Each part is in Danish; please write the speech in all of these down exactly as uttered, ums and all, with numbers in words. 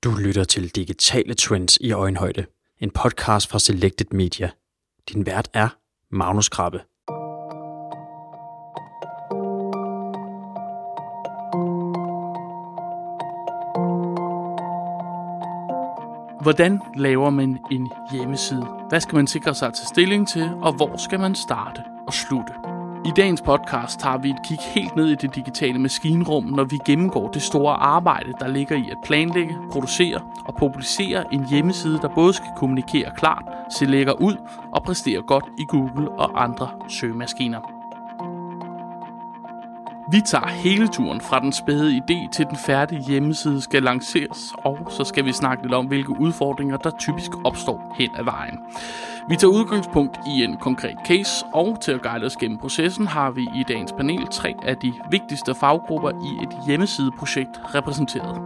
Du lytter til Digitale Trends i øjenhøjde, en podcast fra Selected Media. Din vært er Magnus Krabbe. Hvordan laver man en hjemmeside? Hvad skal man sikre sig til stilling til, og hvor skal man starte og slutte? I dagens podcast tager vi et kig helt ned i det digitale maskinrum, når vi gennemgår det store arbejde, der ligger i at planlægge, producere og publicere en hjemmeside, der både skal kommunikere klart, se lækker ud og præstere godt i Google og andre søgemaskiner. Vi tager hele turen fra den spæde idé til den færdige hjemmeside skal lanceres, og så skal vi snakke lidt om, hvilke udfordringer der typisk opstår hen ad vejen. Vi tager udgangspunkt i en konkret case, og til at guide os gennem processen har vi i dagens panel tre af de vigtigste faggrupper i et hjemmesideprojekt repræsenteret.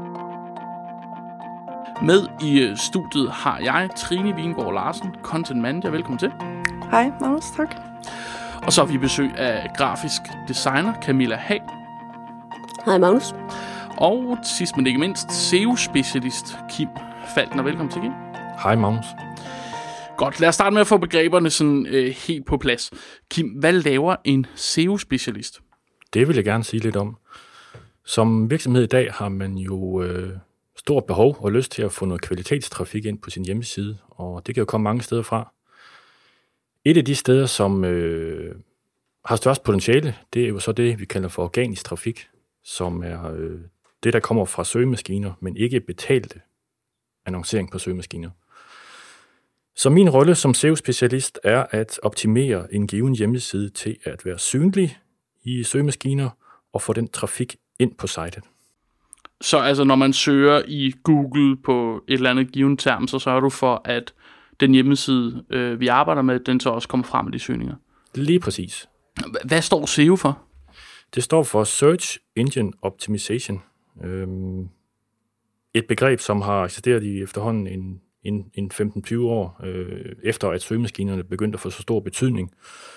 Med i studiet har jeg Trine Vingård Larsen, Content Manager. Velkommen til. Hej, Magnus. Tak. Og så har vi besøg af grafisk designer Camilla Hag. Hej Magnus. Og sidst men ikke mindst S E O-specialist Kim Falkner. Velkommen til, Kim. Hej Magnus. Godt, lad os starte med at få begreberne sådan øh, helt på plads. Kim, hvad laver en S E O-specialist? Det vil jeg gerne sige lidt om. Som virksomhed i dag har man jo øh, stort behov og lyst til at få noget kvalitetstrafik ind på sin hjemmeside, og det kan jo komme mange steder fra. Et af de steder, som øh, har størst potentiale, det er jo så det, vi kalder for organisk trafik, som er øh, det, der kommer fra søgemaskiner, men ikke betalte annoncering på søgemaskiner. Så min rolle som S E O-specialist er at optimere en given hjemmeside til at være synlig i søgemaskiner og få den trafik ind på sitet. Så altså, når man søger i Google på et eller andet given term, så sørger du for, at den hjemmeside, øh, vi arbejder med, den så også kommer frem med de søgninger? Lige præcis. Hvad står S E O for? Det står for Search Engine Optimization. Øhm, et begreb, som har eksisteret i efterhånden en, en, en femten til tyve år, øh, efter at søgemaskinerne begyndte at få så stor betydning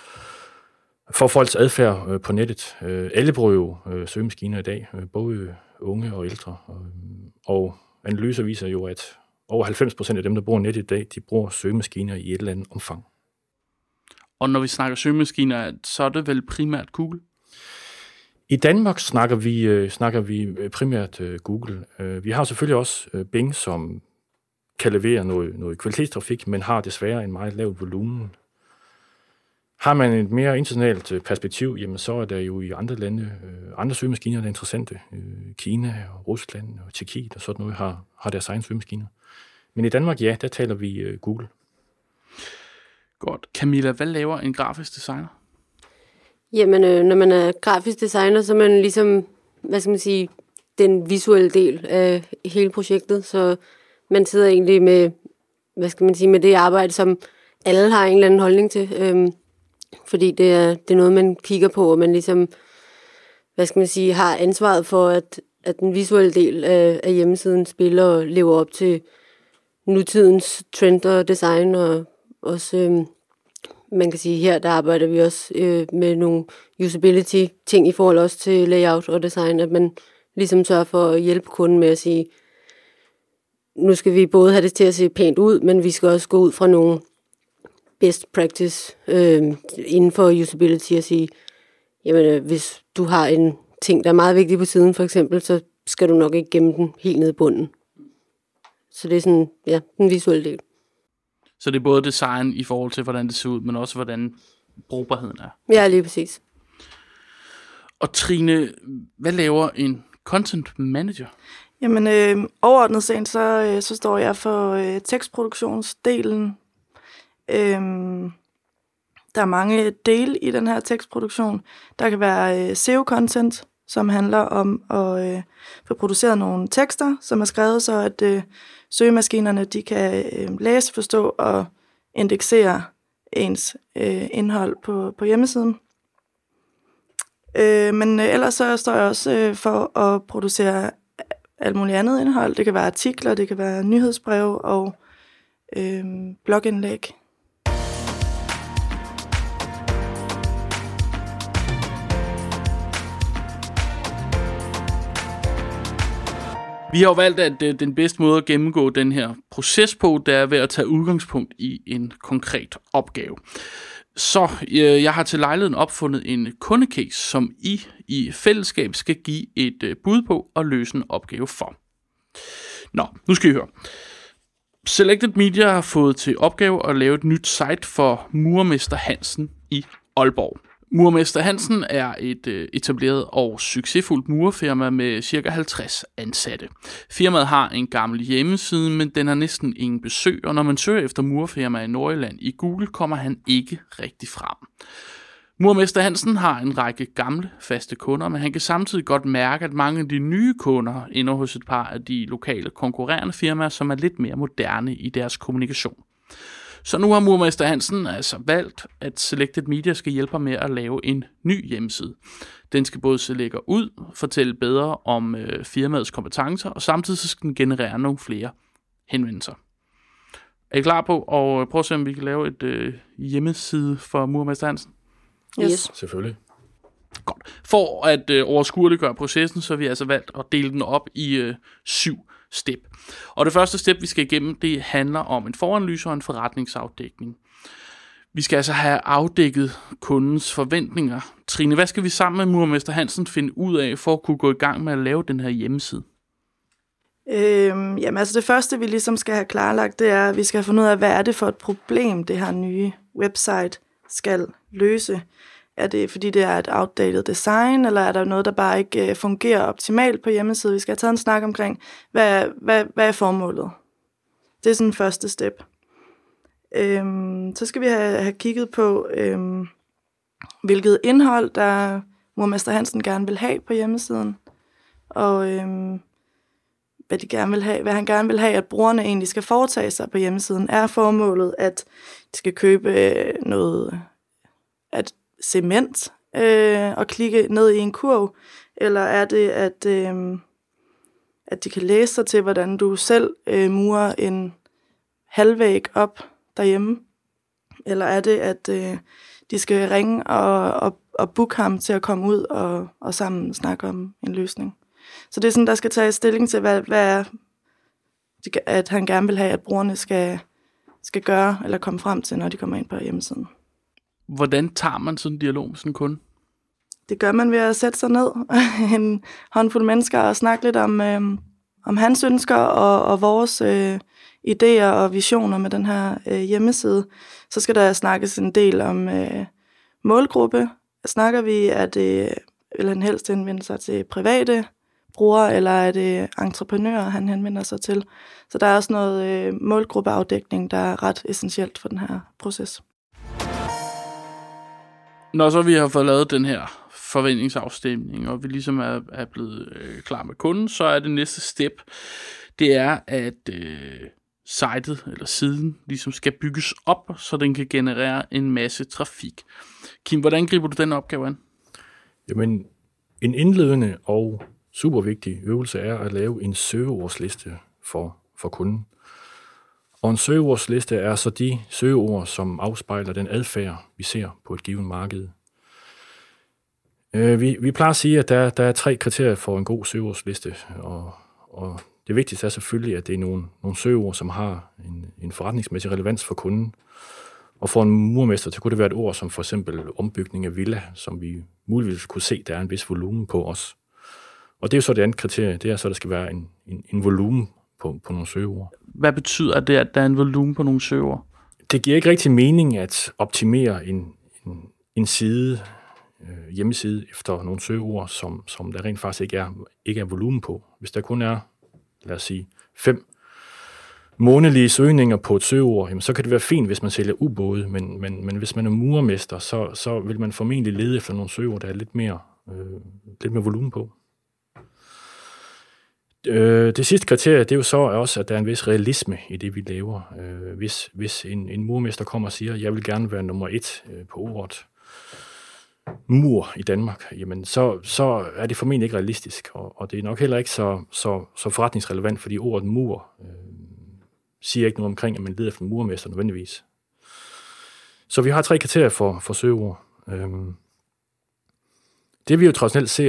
for folks adfærd øh, på nettet. Øh, alle bruger jo øh, søgemaskiner i dag, øh, både unge og ældre. Øh, og analyser viser jo, at over halvfems procent af dem, der bruger net i dag, de bruger søgemaskiner i et eller andet omfang. Og når vi snakker søgemaskiner, så er det vel primært Google? I Danmark snakker vi, snakker vi primært Google. Vi har selvfølgelig også Bing, som kan levere noget, noget kvalitetstrafik, men har desværre en meget lav volumen. Har man et mere internationalt perspektiv, jamen så er der jo i andre lande, andre søgemaskiner, der er interessante. Kina og Rusland og Tjekkiet og sådan noget har, har deres egne søgemaskiner. Men i Danmark, ja, der taler vi uh, Google. Godt. Camilla, hvad laver en grafisk designer? Jamen, øh, når man er grafisk designer, så er man ligesom, hvad skal man sige, den visuelle del af hele projektet. Så man sidder egentlig med, hvad skal man sige, med det arbejde, som alle har en eller anden holdning til. Øhm, fordi det er, det er noget, man kigger på, og man ligesom, hvad skal man sige, har ansvaret for, at, at den visuelle del af, af hjemmesiden spiller og lever op til nutidens trend og design, og også, øh, man kan sige, her der arbejder vi også øh, med nogle usability-ting i forhold også til layout og design, at man ligesom sørger for at hjælpe kunden med at sige, nu skal vi både have det til at se pænt ud, men vi skal også gå ud fra nogle best practice øh, inden for usability og sige, jamen øh, hvis du har en ting, der er meget vigtig på siden for eksempel, så skal du nok ikke gemme den helt ned i bunden. Så det er sådan, ja, den visuelle del. Så det er både design i forhold til, hvordan det ser ud, men også, hvordan brugbarheden er. Ja, lige præcis. Og Trine, hvad laver en content manager? Jamen, øh, overordnet set, så, øh, så står jeg for øh, tekstproduktionsdelen. Øh, der er mange dele i den her tekstproduktion. Der kan være øh, S E O-content, som handler om at øh, få produceret nogle tekster, som er skrevet, så at øh, søgemaskinerne de kan øh, læse, forstå og indeksere ens øh, indhold på, på hjemmesiden. Øh, men øh, ellers så står jeg også øh, for at producere alt muligt andet indhold. Det kan være artikler, det kan være nyhedsbreve og øh, blogindlæg. Vi har jo valgt, at øh, den bedste måde at gennemgå den her proces på, det er ved at tage udgangspunkt i en konkret opgave. Så øh, jeg har til lejligheden opfundet en kundecase, som I i fællesskab skal give et øh, bud på og løse en opgave for. Nå, nu skal I høre. Selected Media har fået til opgave at lave et nyt site for Murermester Hansen i Aalborg. Murermester Hansen er et øh, etableret og succesfuldt murerfirma med ca. halvtreds ansatte. Firmaet har en gammel hjemmeside, men den har næsten ingen besøg, og når man søger efter murerfirma i Nordjylland i Google, kommer han ikke rigtig frem. Murermester Hansen har en række gamle, faste kunder, men han kan samtidig godt mærke, at mange af de nye kunder ender hos et par af de lokale konkurrerende firmaer, som er lidt mere moderne i deres kommunikation. Så nu har Murermester Hansen altså valgt, at Selected Media skal hjælpe med at lave en ny hjemmeside. Den skal både se lækker ud, fortælle bedre om øh, firmaets kompetencer, og samtidig så skal den generere nogle flere henvendelser. Er I klar på at prøve at se, om vi kan lave et øh, hjemmeside for Murermester Hansen? Yes. Selvfølgelig. Godt. For at øh, overskueliggøre processen, så har vi altså valgt at dele den op i øh, syv step. Og det første step, vi skal igennem, det handler om en foranalyse og en forretningsafdækning. Vi skal altså have afdækket kundens forventninger. Trine, hvad skal vi sammen med Murermester Hansen finde ud af, for at kunne gå i gang med at lave den her hjemmeside? Øhm, jamen altså det første, vi ligesom skal have klarlagt, det er, at vi skal have fundet ud af, hvad er det for et problem, det her nye website skal løse. Er det, fordi det er et outdated design, eller er der noget, der bare ikke uh, fungerer optimalt på hjemmesiden? Vi skal have taget en snak omkring, hvad, hvad, hvad er formålet? Det er sådan den første step. Øhm, så skal vi have, have kigget på, øhm, hvilket indhold, der Murermester Hansen gerne vil have på hjemmesiden, og øhm, hvad, de gerne vil have, hvad han gerne vil have, at brugerne egentlig skal foretage sig på hjemmesiden. Er formålet, at de skal købe øh, noget at cement øh, og klikke ned i en kurv, eller er det, at, øh, at de kan læse sig til, hvordan du selv øh, murer en halvvæg op derhjemme, eller er det, at øh, de skal ringe og, og, og booke ham til at komme ud og, og sammen snakke om en løsning. Så det er sådan, der skal tage stilling til, hvad, hvad er, at han gerne vil have, at brugerne skal, skal gøre eller komme frem til, når de kommer ind på hjemmesiden. Hvordan tager man sådan en dialog med sådan en kunde? Det gør man ved at sætte sig ned, en håndfuld mennesker, og snakke lidt om, øh, om hans ønsker og, og vores øh, idéer og visioner med den her øh, hjemmeside. Så skal der snakkes en del om øh, målgruppe. Snakker vi, at øh, vil han helst henvende sig til private brugere, eller er det entreprenører, han henvender sig til? Så der er også noget øh, målgruppeafdækning, der er ret essentielt for den her proces. Når så vi har fået lavet den her forventningsafstemning, og vi ligesom er, er blevet øh, klar med kunden, så er det næste step, det er, at øh, sitet eller siden ligesom skal bygges op, så den kan generere en masse trafik. Kim, hvordan griber du den opgave an? Jamen, en indledende og super vigtig øvelse er at lave en søgeordsliste for, for kunden. Og en søgeordsliste er så de søgeord, som afspejler den adfærd, vi ser på et givet marked. Øh, vi, vi plejer at sige, at der, der er tre kriterier for en god søgeordsliste, og, og det vigtigste er selvfølgelig, at det er nogle, nogle søgeord, som har en, en forretningsmæssig relevans for kunden. Og for en murermester, så kunne det være et ord som for eksempel ombygning af villa, som vi muligvis kunne se, der er en vis volumen på os. Og det er jo så det andet kriterie, det er så, at der skal være en, en, en volumen på, på nogle søgeord. Hvad betyder det, at der er en volumen på nogle søgeord? Det giver ikke rigtig mening at optimere en, en, en side, øh, hjemmeside efter nogle søgeord, som, som der rent faktisk ikke er, ikke er volumen på. Hvis der kun er, lad os sige, fem månedlige søgninger på et søgeord, jamen, så kan det være fint, hvis man sælger ubåde, men, men, men hvis man er murermester, så, så vil man formentlig lede efter nogle søgeord, der er lidt mere, øh, lidt mere volumen på. Øh, det sidste kriterie, det er jo så også, at der er en vis realisme i det, vi laver. Øh, hvis hvis en, en murermester kommer og siger, jeg vil gerne være nummer et øh, på ordet mur i Danmark, jamen så, så er det formentlig ikke realistisk, og, og det er nok heller ikke så, så, så forretningsrelevant, fordi ordet mur øh, siger ikke noget omkring, at man leder efter murermester nødvendigvis. Så vi har tre kriterier for, for søgeord. Øh, det vi jo traditionelt ser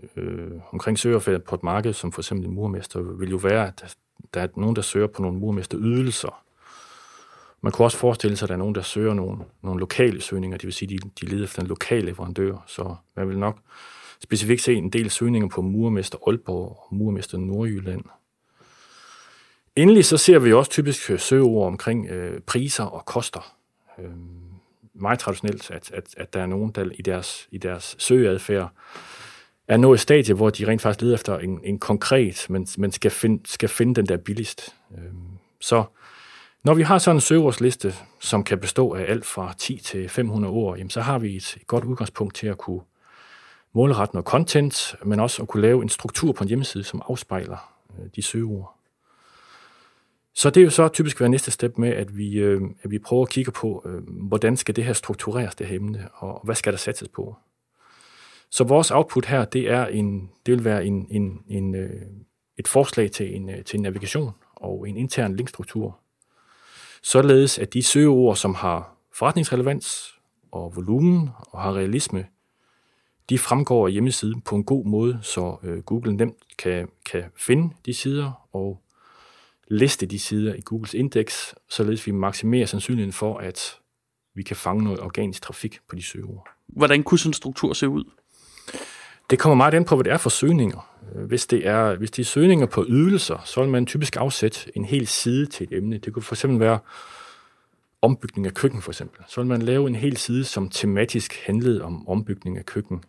øh, omkring søgeaffæret på et marked, som for eksempel en murmester, vil jo være, at der er nogen, der søger på nogle murmesterydelser. Man kunne også forestille sig, at der er nogen, der søger nogle, nogle lokale søgninger, det vil sige, at de, de leder efter en lokal leverandør, så man vil nok specifikt se en del søgninger på murmester Aalborg og murmester Nordjylland. Endelig så ser vi også typisk søgeord omkring øh, priser og koster. Øh, meget traditionelt, at, at, at der er nogen, der i deres, i deres søgeadfærd er nået et stadie, hvor de rent faktisk leder efter en, en konkret, men, men skal, find, skal finde den der billigst. Øh, så når vi har sådan en søgeordsliste, som kan bestå af alt fra ti til fem hundrede ord, jamen, så har vi et godt udgangspunkt til at kunne målrette noget content, men også at kunne lave en struktur på en hjemmeside, som afspejler øh, de søgeord. Så det er jo så typisk være næste step med, at vi, øh, at vi prøver at kigge på, øh, hvordan skal det her struktureres, det her emne, og hvad skal der sættes på. Så vores output her, det, er en, det vil være en, en, en, øh, et forslag til en, øh, til en navigation og en intern linkstruktur, således at de søgeord, som har forretningsrelevans og volumen og har realisme, de fremgår af hjemmesiden på en god måde, så øh, Google nemt kan, kan finde de sider og liste de sider i Googles indeks, således vi maksimerer sandsynligheden for, at vi kan fange noget organisk trafik på de søgeord. Hvordan kunne sådan en struktur se ud? Det kommer meget an på, hvad det er for søgninger. Hvis det er, hvis det er søgninger på ydelser, så vil man typisk afsætte en hel side til et emne. Det kunne for eksempel være ombygning af køkken, for eksempel. Så vil man lave en hel side, som tematisk handlede om ombygning af køkken.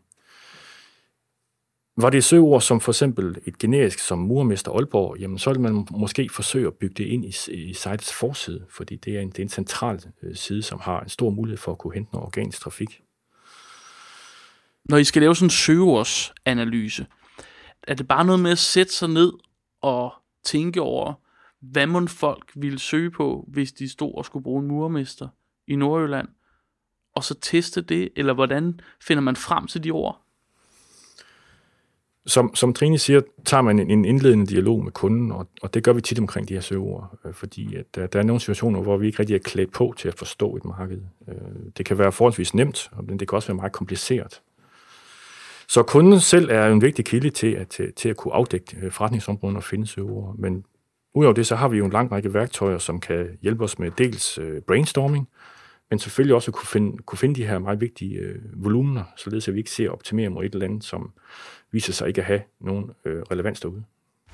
Var det søgeord som for eksempel et generisk som murmester Aalborg, jamen så vil man måske forsøge at bygge det ind i, i sitets forside, fordi det er en, det er en central øh, side, som har en stor mulighed for at kunne hente noget organisk trafik. Når I skal lave sådan en søgeordsanalyse, er det bare noget med at sætte sig ned og tænke over, hvad mon folk ville søge på, hvis de stod og skulle bruge en murmester i Nordjylland, og så teste det, eller hvordan finder man frem til de ord? Som, som Trine siger, tager man en, en indledende dialog med kunden, og, og det gør vi tit omkring de her søgeord, øh, fordi at der, der er nogle situationer, hvor vi ikke rigtig er klædt på til at forstå et marked. Øh, det kan være forholdsvis nemt, men det kan også være meget kompliceret. Så kunden selv er jo en vigtig kilde til at, til, til at kunne afdække forretningsområden og finde søgeord. Men udover det, så har vi jo en lang række værktøjer, som kan hjælpe os med dels øh, brainstorming, men selvfølgelig også at kunne finde, kunne finde de her meget vigtige øh, volumener, således at vi ikke ser optimere mod et eller andet, som viser sig ikke at have nogen øh, relevans derude.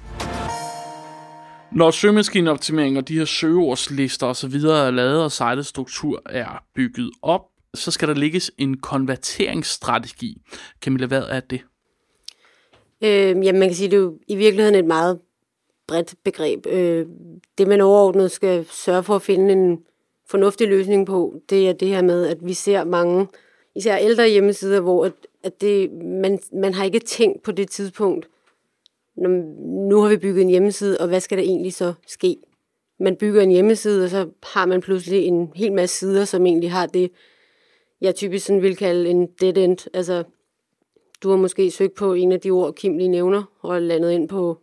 Når søgemaskineoptimering og de her søgeordslister osv. er lavet, og sitets struktur er bygget op, så skal der lægges en konverteringsstrategi. Camilla, hvad er det? Øh, jamen, man kan sige, at det er jo i virkeligheden et meget bredt begreb. Øh, det, man overordnet skal sørge for at finde en fornuftig løsning på, det er det her med, at vi ser mange, især ældre hjemmesider, hvor at, at det, man, man har ikke tænkt på det tidspunkt, når, nu har vi bygget en hjemmeside, og hvad skal der egentlig så ske? Man bygger en hjemmeside, og så har man pludselig en hel masse sider, som egentlig har det, jeg typisk sådan vil kalde en dead end. Altså, du har måske søgt på en af de ord, Kim lige nævner, og landet ind på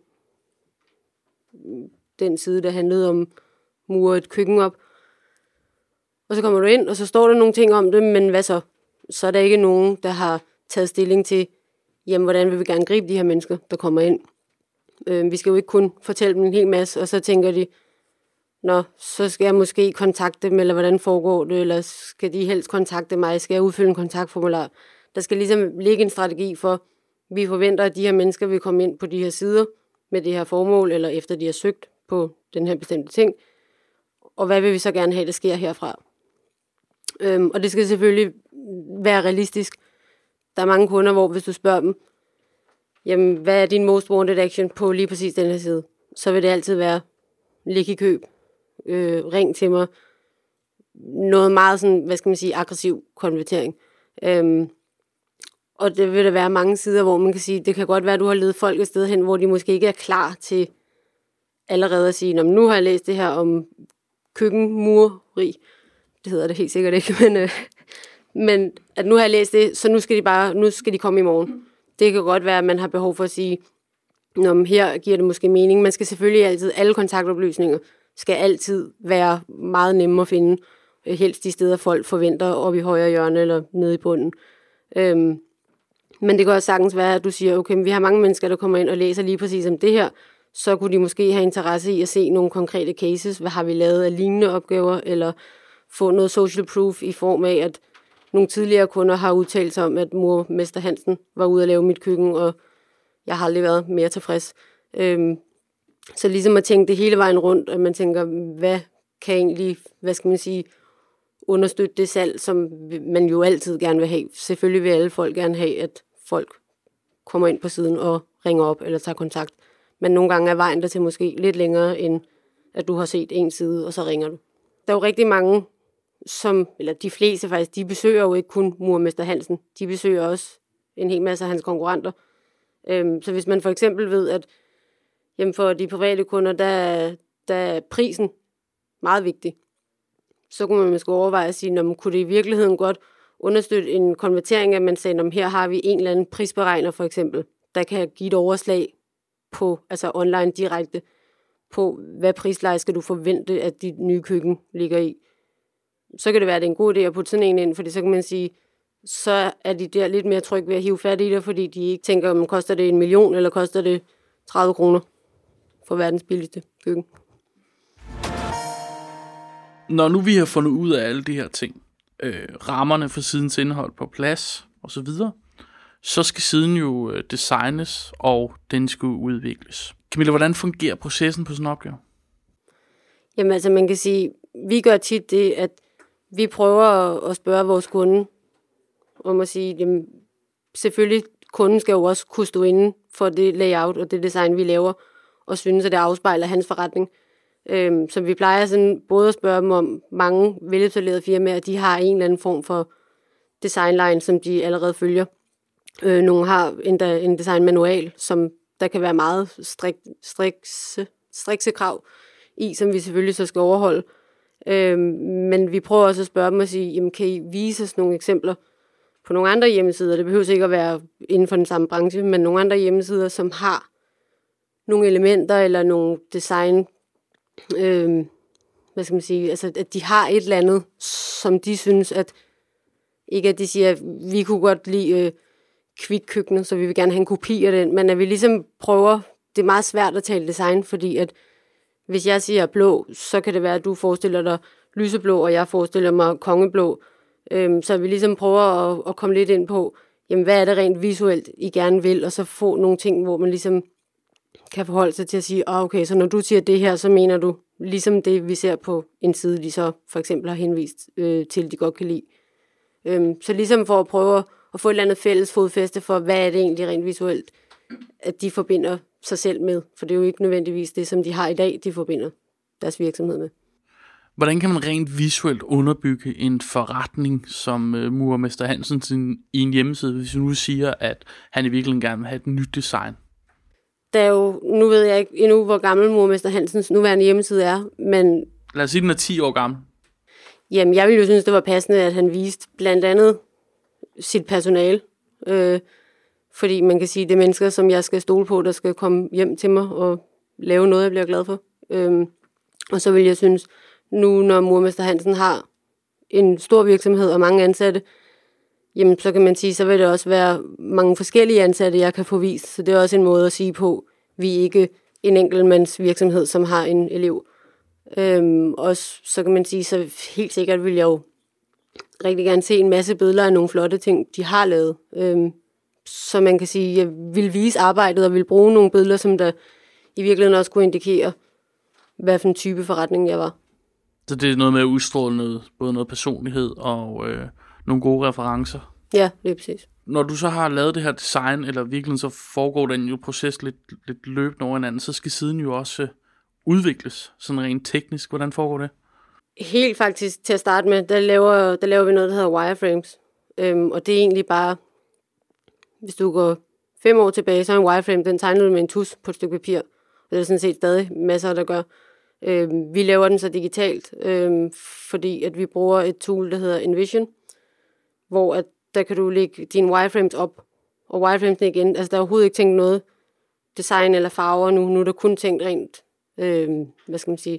den side, der handlede om mure et køkken op. Og så kommer du ind, og så står der nogle ting om det, men hvad så? Så er der ikke nogen, der har taget stilling til, jamen, hvordan vil vi gerne gribe de her mennesker, der kommer ind. Øh, vi skal jo ikke kun fortælle dem en hel masse, og så tænker de, nå, så skal jeg måske kontakte dem, eller hvordan foregår det, eller skal de helst kontakte mig, skal jeg udfylde en kontaktformular. Der skal ligesom ligge en strategi for, vi forventer, at de her mennesker vil komme ind på de her sider med det her formål, eller efter de har søgt på den her bestemte ting, og hvad vil vi så gerne have, der sker herfra. Øhm, og det skal selvfølgelig være realistisk. Der er mange kunder, hvor hvis du spørger dem, jamen, hvad er din most wanted action på lige præcis den her side, så vil det altid være, lig i køb, øh, ring til mig, noget meget sådan, hvad skal man sige, aggressiv konvertering. Øhm, og det vil der være mange sider, hvor man kan sige, det kan godt være, at du har ledet folk et sted hen, hvor de måske ikke er klar til allerede at sige, nu har jeg læst det her om køkkenmureri. Det hedder det helt sikkert ikke, men, øh, men at nu har jeg læst det, så nu skal de bare, nu skal de komme i morgen. Det kan godt være, at man har behov for at sige, nå, her giver det måske mening. Man skal selvfølgelig altid, alle kontaktoplysninger skal altid være meget nemme at finde. Helst de steder, folk forventer, oppe i højre hjørne eller nede i bunden. Øhm, Men det kan også sagtens være, at du siger, okay, vi har mange mennesker, der kommer ind og læser lige præcis om det her, så kunne de måske have interesse i at se nogle konkrete cases. Hvad har vi lavet af lignende opgaver, eller få noget social proof i form af, at nogle tidligere kunder har udtalt sig om, at mor Mester Hansen var ude at lave mit køkken, og jeg har aldrig været mere tilfreds. Øhm, så ligesom at tænke det hele vejen rundt, at man tænker, hvad kan egentlig, hvad skal man sige, understøtte det salg, som man jo altid gerne vil have. Selvfølgelig vil alle folk gerne have, at folk kommer ind på siden og ringer op eller tager kontakt. Men nogle gange er vejen der til måske lidt længere, end at du har set en side, og så ringer du. Der er jo rigtig mange, som, eller de fleste faktisk, de besøger jo ikke kun mor Mester Hansen. De besøger også en hel masse af hans konkurrenter. Øhm, så hvis man for eksempel ved, at jamen for de private kunder, der, der er prisen meget vigtig, så kunne man måske overveje at sige, om kunne det i virkeligheden godt understøtte en konvertering, at man sagde, om her har vi en eller anden prisberegner for eksempel, der kan give et overslag på, altså online direkte, på hvad prisleje skal du forvente, at dit nye køkken ligger i. Så kan det være, at det er en god idé at putte sådan en ind, fordi så kan man sige, så er de der lidt mere trygge ved at hive fat i det, fordi de ikke tænker, om koster det en million, eller koster det tredive kroner for verdens billigste køkken. Når nu vi har fundet ud af alle de her ting, øh, rammerne for sidens indhold på plads og så videre, så skal siden jo øh, designes, og den skal udvikles. Camilla, hvordan fungerer processen på sådan en opgave? Jamen altså, man kan sige, vi gør tit det, at vi prøver at, at spørge vores kunde om at sige, jamen, selvfølgelig, kunden skal jo også kunne stå inde for det layout og det design, vi laver, og synes, at det afspejler hans forretning. Øhm, så vi plejer sådan både at spørge dem om, mange veletablerede firmaer, de har en eller anden form for designline, som de allerede følger. Øh, nogle har endda en designmanual, som der kan være meget strik, strikse, strikse krav i, som vi selvfølgelig så skal overholde. Øhm, men vi prøver også at spørge dem og sige, jamen, kan I vise os nogle eksempler på nogle andre hjemmesider? Det behøver ikke at være inden for den samme branche, men nogle andre hjemmesider, som har nogle elementer eller nogle design, øhm, hvad skal man sige, altså at de har et eller andet, som de synes, at ikke at de siger, at vi kunne godt lide øh, kvikkøkkenet, så vi vil gerne have en kopi af den, men at vi ligesom prøver, det er meget svært at tale design, fordi at hvis jeg siger blå, så kan det være, at du forestiller dig lyseblå, og jeg forestiller mig kongeblå. Øhm, så vi ligesom prøver at, at komme lidt ind på, jamen, hvad er det rent visuelt, I gerne vil, og så få nogle ting, hvor man ligesom kan forholde sig til at sige, oh, okay, så når du siger det her, så mener du ligesom det, vi ser på en side, de så for eksempel har henvist øh, til, de godt kan lide. Øhm, så ligesom for at prøve at få et eller andet fælles fodfæste for, hvad er det egentlig rent visuelt, at de forbinder sig selv med. For det er jo ikke nødvendigvis det, som de har i dag, de forbinder deres virksomhed med. Hvordan kan man rent visuelt underbygge en forretning som uh, mur Mester Hansen sin, i en hjemmeside, hvis vi nu siger, at han i virkeligheden gerne vil have et nyt design? Der er jo, nu ved jeg ikke endnu, hvor gammel mur Mester Hansens nuværende hjemmeside er, men... Lad os sige, den er ti år gammel. Jamen, jeg ville jo synes, det var passende, at han viste blandt andet sit personale. Øh, fordi man kan sige, det er mennesker, som jeg skal stole på, der skal komme hjem til mig og lave noget, jeg bliver glad for. Øh, og så vil jeg synes, nu når mur Mester Hansen har en stor virksomhed og mange ansatte, jamen så kan man sige, så vil det også være mange forskellige ansatte, jeg kan få vist. Så det er også en måde at sige på, vi er ikke en enkeltmands virksomhed, som har en elev. Øhm, og så kan man sige, så helt sikkert vil jeg jo rigtig gerne se en masse billeder af nogle flotte ting, de har lavet. Øhm, så man kan sige, jeg vil vise arbejdet og vil bruge nogle billeder, som der i virkeligheden også kunne indikere, hvad for en type forretning jeg var. Så det er noget med at udstråle noget, både noget personlighed og øh, nogle gode referencer? Ja, det er præcis. Når du så har lavet det her design, eller virkelig så foregår den jo proces lidt, lidt løbende over hinanden, så skal siden jo også øh, udvikles, sådan rent teknisk. Hvordan foregår det? Helt faktisk til at starte med, der laver, der laver vi noget, der hedder wireframes. Øhm, og det er egentlig bare, hvis du går fem år tilbage, så er en wireframe, den tegner du med en tus på et stykke papir. Og det er sådan set stadig masser, der gør. Øhm, vi laver den så digitalt, øhm, fordi at vi bruger et tool, der hedder InVision, hvor at der kan du lægge dine wireframes op, og wireframesene igen, altså der er overhovedet ikke tænkt noget design eller farver nu, nu er der kun tænkt rent, øhm, hvad skal man sige,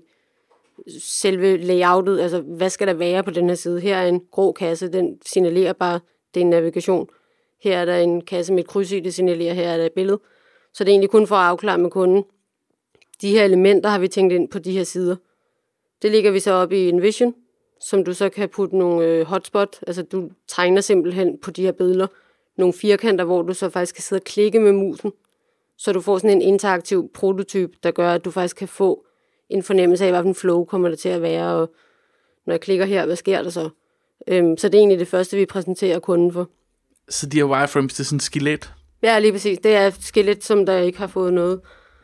selve layoutet, altså hvad skal der være på den her side. Her er en grå kasse, den signalerer bare, det er en navigation. her er der en kasse med et kryds i, det signalerer, her er der et billede. Så det er egentlig kun for at afklare med kunden. De her elementer har vi tænkt ind på de her sider. Det ligger vi så op i InVision, som du så kan putte nogle øh, hotspot, altså du tegner simpelthen på de her billeder nogle firkanter, hvor du så faktisk kan sidde og klikke med musen, så du får sådan en interaktiv prototyp, der gør, at du faktisk kan få en fornemmelse af, hvilken flow kommer det til at være, og når jeg klikker her, hvad sker der så? Øhm, så det er egentlig det første, vi præsenterer kunden for. Så de her wireframes, det er sådan et skelet? Ja, lige præcis. Det er et skelet, som der ikke har fået noget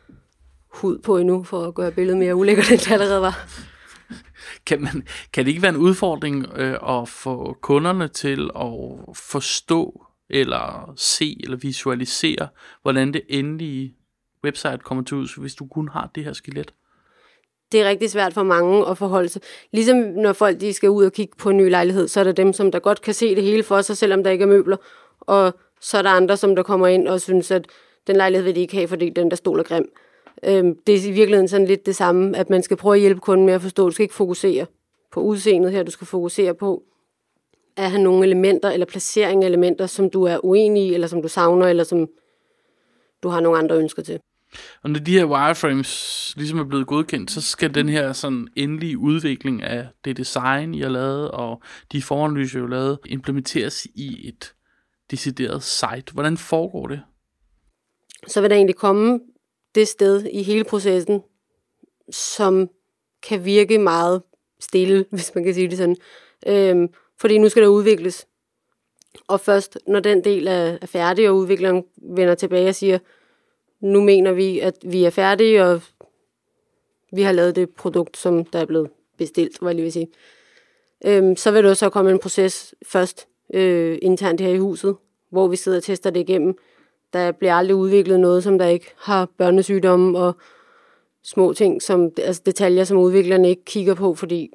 hud på endnu, for at gøre billedet mere ulækkert, end det allerede var. Kan, man, kan det ikke være en udfordring øh, at få kunderne til at forstå, eller se, eller visualisere, hvordan det endelige website kommer til ud, hvis du kun har det her skelet? Det er rigtig svært for mange at forholde sig. Ligesom når folk de skal ud og kigge på en ny lejlighed, så er der dem, som der godt kan se det hele for sig, selvom der ikke er møbler. Og så er der andre, som der kommer ind og synes, at den lejlighed vil de ikke have, fordi den der stol er grim. Øhm, det er i virkeligheden sådan lidt det samme, at man skal prøve at hjælpe kunden med at forstå. Du skal ikke fokusere på udseendet her, du skal fokusere på at have nogle elementer eller placering af elementer, som du er uenig i, eller som du savner, eller som du har nogle andre ønsker til. Og når de her wireframes ligesom er blevet godkendt, så skal den her sådan endelige udvikling af det design, I har lavet, og de foranalyser, I har lavet, implementeres i et decideret site. Hvordan foregår det? Så vil der egentlig komme det sted i hele processen, som kan virke meget stille, hvis man kan sige det sådan. Øhm, fordi nu skal der udvikles. Og først, når den del er, er færdig, og udvikleren vender tilbage og siger, nu mener vi, at vi er færdige, og vi har lavet det produkt, som der er blevet bestilt, hvad jeg lige vil sige. Øhm, så vil der så komme en proces først øh, internt her i huset, hvor vi sidder og tester det igennem. Der bliver aldrig udviklet noget, som der ikke har børnesygdomme og små ting, som, altså detaljer, som udviklerne ikke kigger på, fordi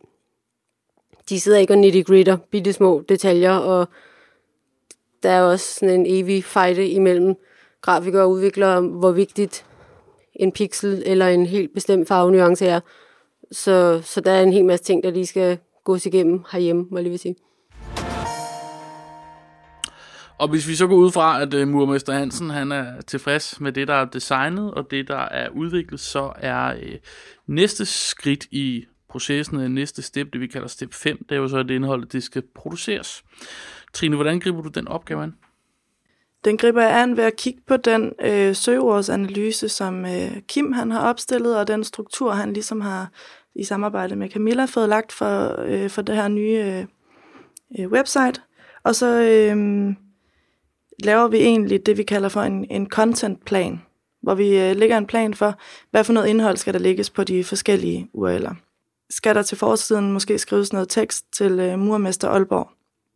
de sidder ikke og nitty-gritter bitte små detaljer, og der er også sådan en evig fejde imellem grafikere og udviklere, hvor vigtigt en pixel eller en helt bestemt farvenuance er. Så, så der er en hel masse ting, der lige skal gås igennem herhjemme, må jeg lige vil sige. Og hvis vi så går ud fra, at uh, Murermester Hansen han er tilfreds med det, der er designet, og det, der er udviklet, så er uh, næste skridt i processen, uh, næste step, det vi kalder step fem, det er jo så, at det indhold, det skal produceres. Trine, hvordan griber du den opgave an? Den griber jeg an ved at kigge på den øh, søgeordsanalyse, som øh, Kim han har opstillet, og den struktur, han ligesom har i samarbejde med Camilla fået lagt for, øh, for det her nye øh, website. Og så øh, laver vi egentlig det, vi kalder for en, en contentplan, hvor vi øh, lægger en plan for, hvad for noget indhold skal der lægges på de forskellige U R L'er. Skal der til forsiden måske skrives noget tekst til øh, Murermester Aalborg?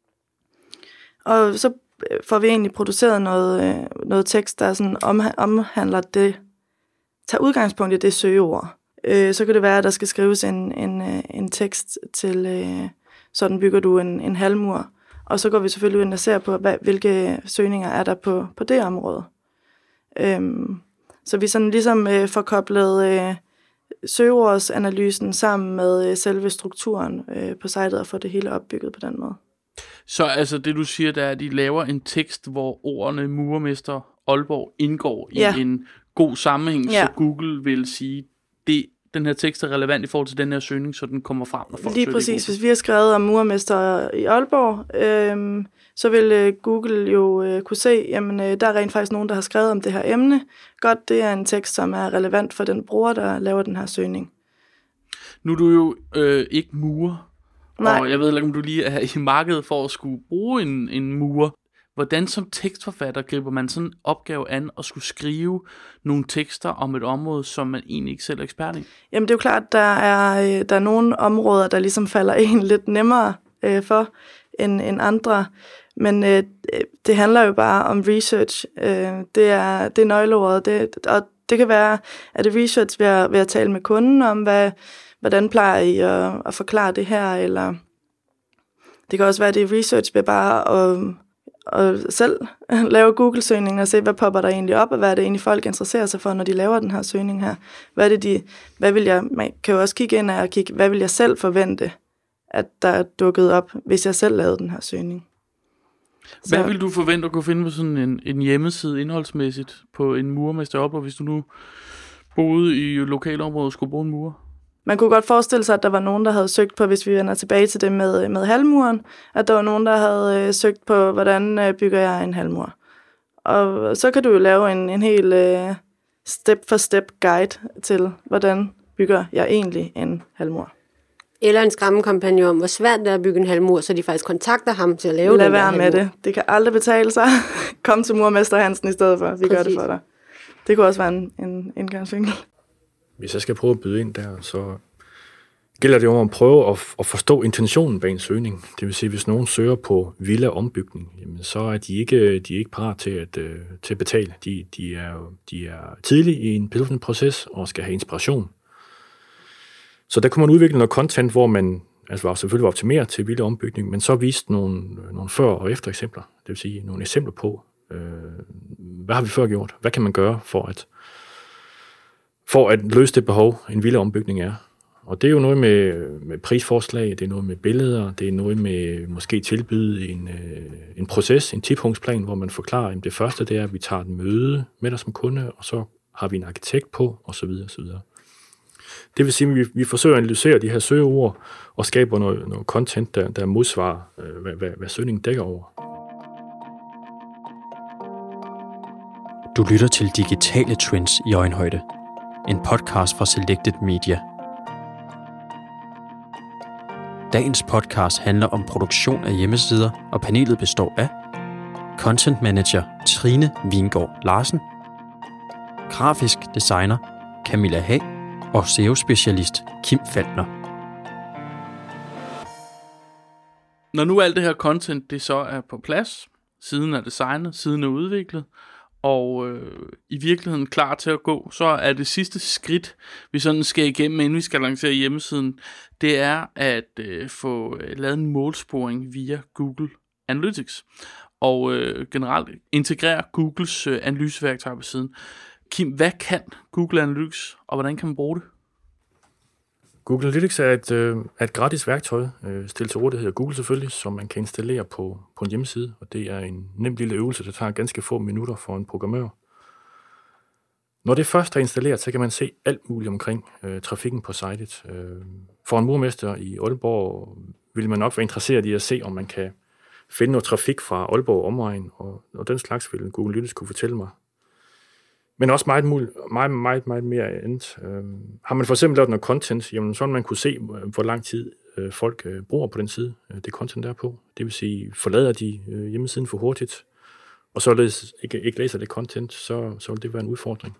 Og så får vi egentlig produceret noget, øh, noget tekst, der sådan omha- omhandler det, tager udgangspunkt i det søgeord. Øh, så kan det være, at der skal skrives en, en, øh, en tekst til, øh, sådan bygger du en, en halvmur. Og så går vi selvfølgelig ind og ser på, hvad, hvilke søgninger er der på, på det område. Øhm, så vi sådan ligesom øh, får koblet øh, søgeordsanalysen sammen med øh, selve strukturen øh, på sitet og får det hele opbygget på den måde. Så altså det du siger, der er, at de laver en tekst, hvor ordene Murermester Aalborg indgår i ja. en god sammenhæng, ja. så Google vil sige, det den her tekst er relevant i forhold til den her søgning, så den kommer frem, når folk lige præcis. Hvis vi har skrevet om Murermester i Aalborg, øh, så vil øh, Google jo øh, kunne se, jamen øh, der er rent faktisk nogen, der har skrevet om det her emne. Godt, det er en tekst, som er relevant for den bruger, der laver den her søgning. Nu er du jo øh, ikke murer. Nej. Og jeg ved ikke, om du lige er i markedet for at skulle bruge en, en murer. Hvordan som tekstforfatter griber man sådan en opgave an og skulle skrive nogle tekster om et område, som man egentlig ikke selv er ekspert i? Jamen det er jo klart, der er, der er nogle områder, der ligesom falder en lidt nemmere øh, for end, end andre. Men øh, det handler jo bare om research. Øh, det, er, det er nøgleordet. Det, og det kan være, at det research ved at, ved at tale med kunden om, hvad hvordan plejer I at, at forklare det her, eller det kan også være, at det er research ved bare at, at selv lave Google-søgning og se, hvad popper der egentlig op, og hvad er det egentlig folk interesserer sig for, når de laver den her søgning her. Hvad er det de, hvad vil jeg, man kan jo også kigge ind og kigge, hvad vil jeg selv forvente, at der er dukket op, hvis jeg selv lavede den her søgning. Hvad Så, vil du forvente at kunne finde på sådan en, en hjemmeside indholdsmæssigt på en murermester op, og hvis du nu boede i lokalområdet og skulle bruge en murer? man kunne godt forestille sig, at der var nogen, der havde søgt på, hvis vi vender tilbage til det med, med halvmuren, at der var nogen, der havde øh, søgt på, hvordan øh, bygger jeg en halvmur. Og så kan du jo lave en, en hel øh, step-for-step guide til, hvordan bygger jeg egentlig en halvmur. Eller en skræmmekampagne om, hvor svært det er at bygge en halvmur, så de faktisk kontakter ham til at lave Lad den være der med halvmur. det. Det kan aldrig betale sig. Kom til Murermester Hansen i stedet for. Vi Præcis. gør det for dig. Det kunne også være en, en indgangsvinkel. Hvis jeg skal prøve at byde ind der, så gælder det om at prøve at, at forstå intentionen bag en søgning. Det vil sige, hvis nogen søger på villa ombygning, jamen, så er de ikke, de er ikke parat til at, uh, til at betale. De, de, er, de er tidlige i en beslutningsproces og skal have inspiration. Så der kunne man udvikle noget content, hvor man altså selvfølgelig var optimeret til villa ombygning, men så viste nogle, nogle før- og efter eksempler. Det vil sige nogle eksempler på, øh, hvad har vi før gjort? Hvad kan man gøre for at, for at løse det behov, en villa ombygning er? Og det er jo noget med, med prisforslag, det er noget med billeder, det er noget med måske tilbyde en, øh, en proces, en ti-punktsplan, hvor man forklarer, at det første det er, at vi tager et møde med dig som kunde, og så har vi en arkitekt på, osv. osv. Det vil sige, at vi, vi forsøger at analysere de her søgeord og skaber noget, noget content, der, der modsvarer, øh, hvad, hvad, hvad søgningen dækker over. Du lytter til Digitale Trends i øjenhøjde. En podcast fra Selected Media. Dagens podcast handler om produktion af hjemmesider, og panelet består af Content Manager Trine Vingård Larsen, grafisk designer Camilla Hag og S E O-specialist Kim Falkner. Når nu alt det her content, det så er på plads, siden er designet, siden er udviklet, og øh, i virkeligheden klar til at gå, så er det sidste skridt, vi sådan skal igennem, inden vi skal lancere hjemmesiden, det er at øh, få lavet en målsporing via Google Analytics, og øh, generelt integrere Googles øh, analyseværktøj på siden. Kim, hvad kan Google Analytics, og hvordan kan man bruge det? Google Analytics er et, øh, er et gratis værktøj, øh, stillet til rådighed af Google selvfølgelig, som man kan installere på, på en hjemmeside, og det er en nem lille øvelse, der tager ganske få minutter for en programmør. Når det først er installeret, så kan man se alt muligt omkring øh, trafikken på sitet. Øh, for en murmester i Aalborg vil man nok være interesseret i at se, om man kan finde noget trafik fra Aalborg omegn, og, og den slags vil Google Analytics kunne fortælle mig. Men også meget, meget, meget, meget mere andet. Øh, har man for eksempel lavet noget content, jamen, så vil man kunne se, hvor lang tid øh, folk øh, bruger på den side, øh, det content der er på. Det vil sige, forlader de øh, hjemmesiden for hurtigt, og så ikke, ikke læser det content, så, så vil det være en udfordring.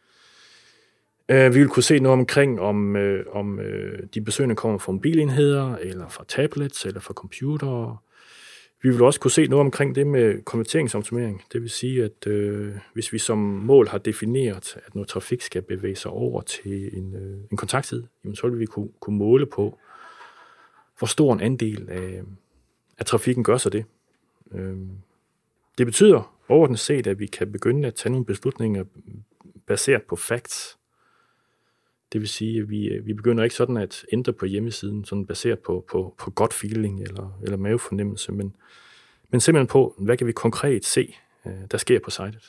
Øh, vi vil kunne se noget omkring, om, øh, om øh, de besøgende kommer fra mobilenheder, eller fra tablets, eller fra computere. Vi vil også kunne se noget omkring det med konverteringsoptimering. Det vil sige, at øh, hvis vi som mål har defineret, at noget trafik skal bevæge sig over til en, øh, en kontaktside, jamen, så vil vi kunne, kunne måle på, hvor stor en andel af, af trafikken gør sig det. Øh, det betyder overordnet set, at vi kan begynde at tage nogle beslutninger baseret på facts. Det vil sige, at vi, vi begynder ikke sådan at ændre på hjemmesiden, sådan baseret på, på, på godt feeling eller, eller mavefornemmelse, men, men simpelthen på, hvad kan vi konkret se, der sker på sitet.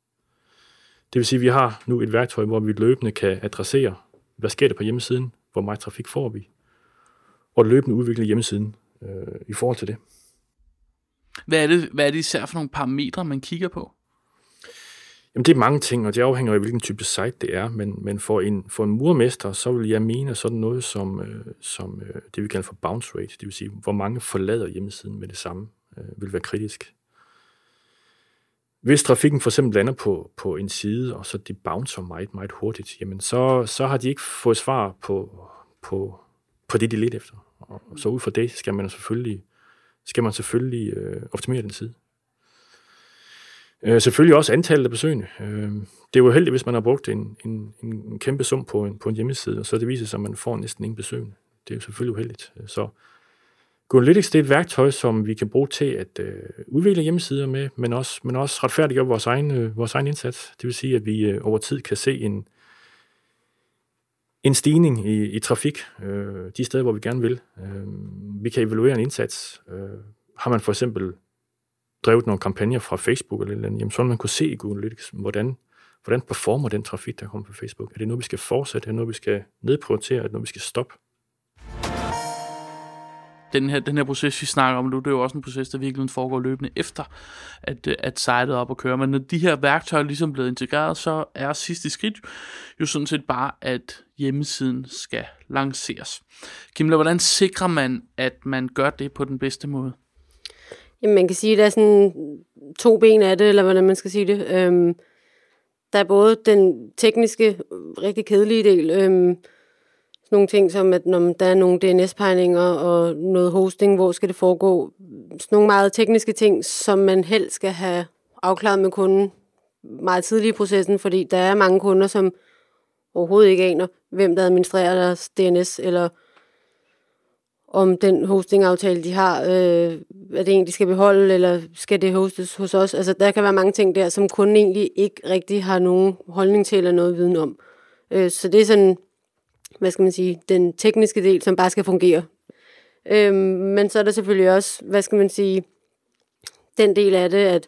Det vil sige, at vi har nu et værktøj, hvor vi løbende kan adressere, hvad sker der på hjemmesiden, hvor meget trafik får vi, og løbende udvikle hjemmesiden øh, i forhold til det. Hvad er det, hvad er det især for nogle parametre, man kigger på? Jamen, det er mange ting, og det afhænger af, hvilken type site det er, men, men for, en, for en murmester, så vil jeg mene sådan noget som, øh, som øh, det, vi kalder for bounce rate, det vil sige, hvor mange forlader hjemmesiden med det samme, øh, vil være kritisk. Hvis trafikken for eksempel lander på, på en side, og så de bouncer meget, meget hurtigt, jamen så, så har de ikke fået svar på, på, på det, de lidt efter. Og så ud fra det skal man selvfølgelig, skal man selvfølgelig øh, optimere den side. Øh, selvfølgelig også antallet af besøgende. Øh, det er jo heldigt, hvis man har brugt en, en, en kæmpe sum på en, på en hjemmeside, og så det viser sig, at man får næsten ingen besøgende. Det er jo selvfølgelig uheldigt. Så Google Analytics, det er et værktøj, som vi kan bruge til at øh, udvikle hjemmesider med, men også, men også retfærdiggøre vores egen, øh, vores egen indsats. Det vil sige, at vi øh, over tid kan se en, en stigning i, i trafik øh, de steder, hvor vi gerne vil. Øh, vi kan evaluere en indsats. Øh, har man for eksempel drevet nogle kampagner fra Facebook eller eller andet, jamen så vil man kunne se i Google Analytics, hvordan, hvordan performer den trafik, der kommer på Facebook. Er det noget, vi skal fortsætte? Er det noget, vi skal nedprioritere? Er det noget, vi skal stoppe? Den her, den her proces, vi snakker om nu, det er jo også en proces, der virkelig foregår løbende efter, at, at sitet er op og kører. Men når de her værktøjer ligesom er blevet integreret, så er sidste skridt jo sådan set bare, at hjemmesiden skal lanceres. Kimla, hvordan sikrer man, at man gør det på den bedste måde? Jamen, man kan sige, at der er sådan to ben af det, eller hvordan man skal sige det. Øhm, der er både den tekniske, rigtig kedelige del, øhm, nogle ting som, at når der er nogle D N S-pegninger og noget hosting, hvor skal det foregå. Sådan nogle meget tekniske ting, som man helst skal have afklaret med kunden meget tidligt i processen, fordi der er mange kunder, som overhovedet ikke aner, hvem der administrerer deres D N S, eller om den hostingaftale, de har, øh, er det en, de skal beholde, eller skal det hostes hos os. Altså, der kan være mange ting der, som kunden egentlig ikke rigtig har nogen holdning til, eller noget viden om. Øh, så det er sådan, hvad skal man sige, den tekniske del, som bare skal fungere. Øhm, men så er der selvfølgelig også, hvad skal man sige, den del af det, at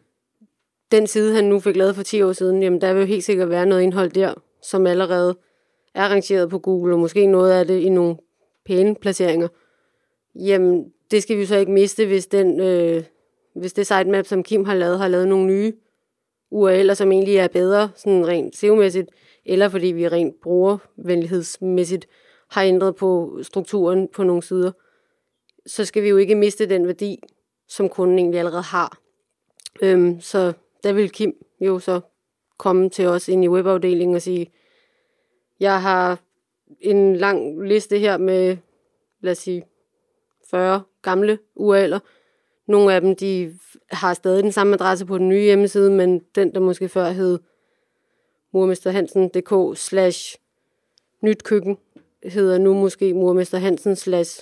den side, han nu fik lavet for ti år siden, jamen der vil jo helt sikkert være noget indhold der, som allerede er rangeret på Google, og måske noget af det i nogle pæne placeringer. Jamen, det skal vi så ikke miste, hvis, den, øh, hvis det sitemap, som Kim har lavet, har lavet nogle nye U R L'er, som egentlig er bedre, sådan rent S E O-mæssigt, eller fordi vi rent brugervenlighedsmæssigt har ændret på strukturen på nogle sider, så skal vi jo ikke miste den værdi, som kunden egentlig allerede har. Øhm, så der vil Kim jo så komme til os ind i webafdelingen og sige, jeg har en lang liste her med, lad os sige, fyrre gamle U R L'er. Nogle af dem, de har stadig den samme adresse på den nye hjemmeside, men den, der måske før hed murmesterhansen punktum d k slash nyt køkken, hedder nu måske murmesterhansen slash,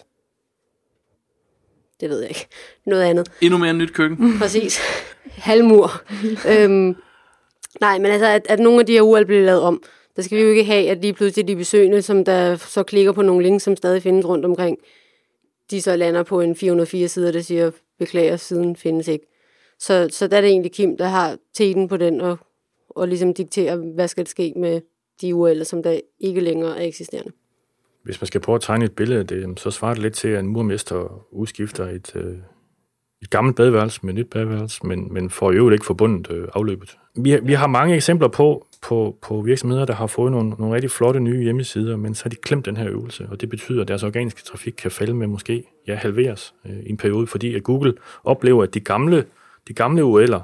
det ved jeg ikke, noget andet. Endnu mere nyt køkken. Præcis. Halvmur. øhm, nej, men altså, at, at nogle af de her U R L bliver lavet om, der skal vi jo ikke have, at lige pludselig de besøgende, som der så klikker på nogle links, som stadig findes rundt omkring, de så lander på en fire hundrede og fire sider, der siger, beklager, siden findes ikke. Så, så der er det egentlig Kim, der har teten på den, og, og ligesom dikterer, hvad skal der ske med de U R L'er, som der ikke længere er eksisterende. Hvis man skal prøve at tegne et billede af det, så svarer det lidt til, at en murmester udskifter et, øh, et gammelt badeværelse med et nyt badeværelse, men, men får jo ikke forbundet øh, afløbet. Vi, vi har mange eksempler på, på, på virksomheder, der har fået nogle, nogle rigtig flotte nye hjemmesider, men så har de klemt den her øvelse, og det betyder, at deres organiske trafik kan falde med måske ja, halveres øh, i en periode, fordi at Google oplever, at de gamle, de gamle U R L'er,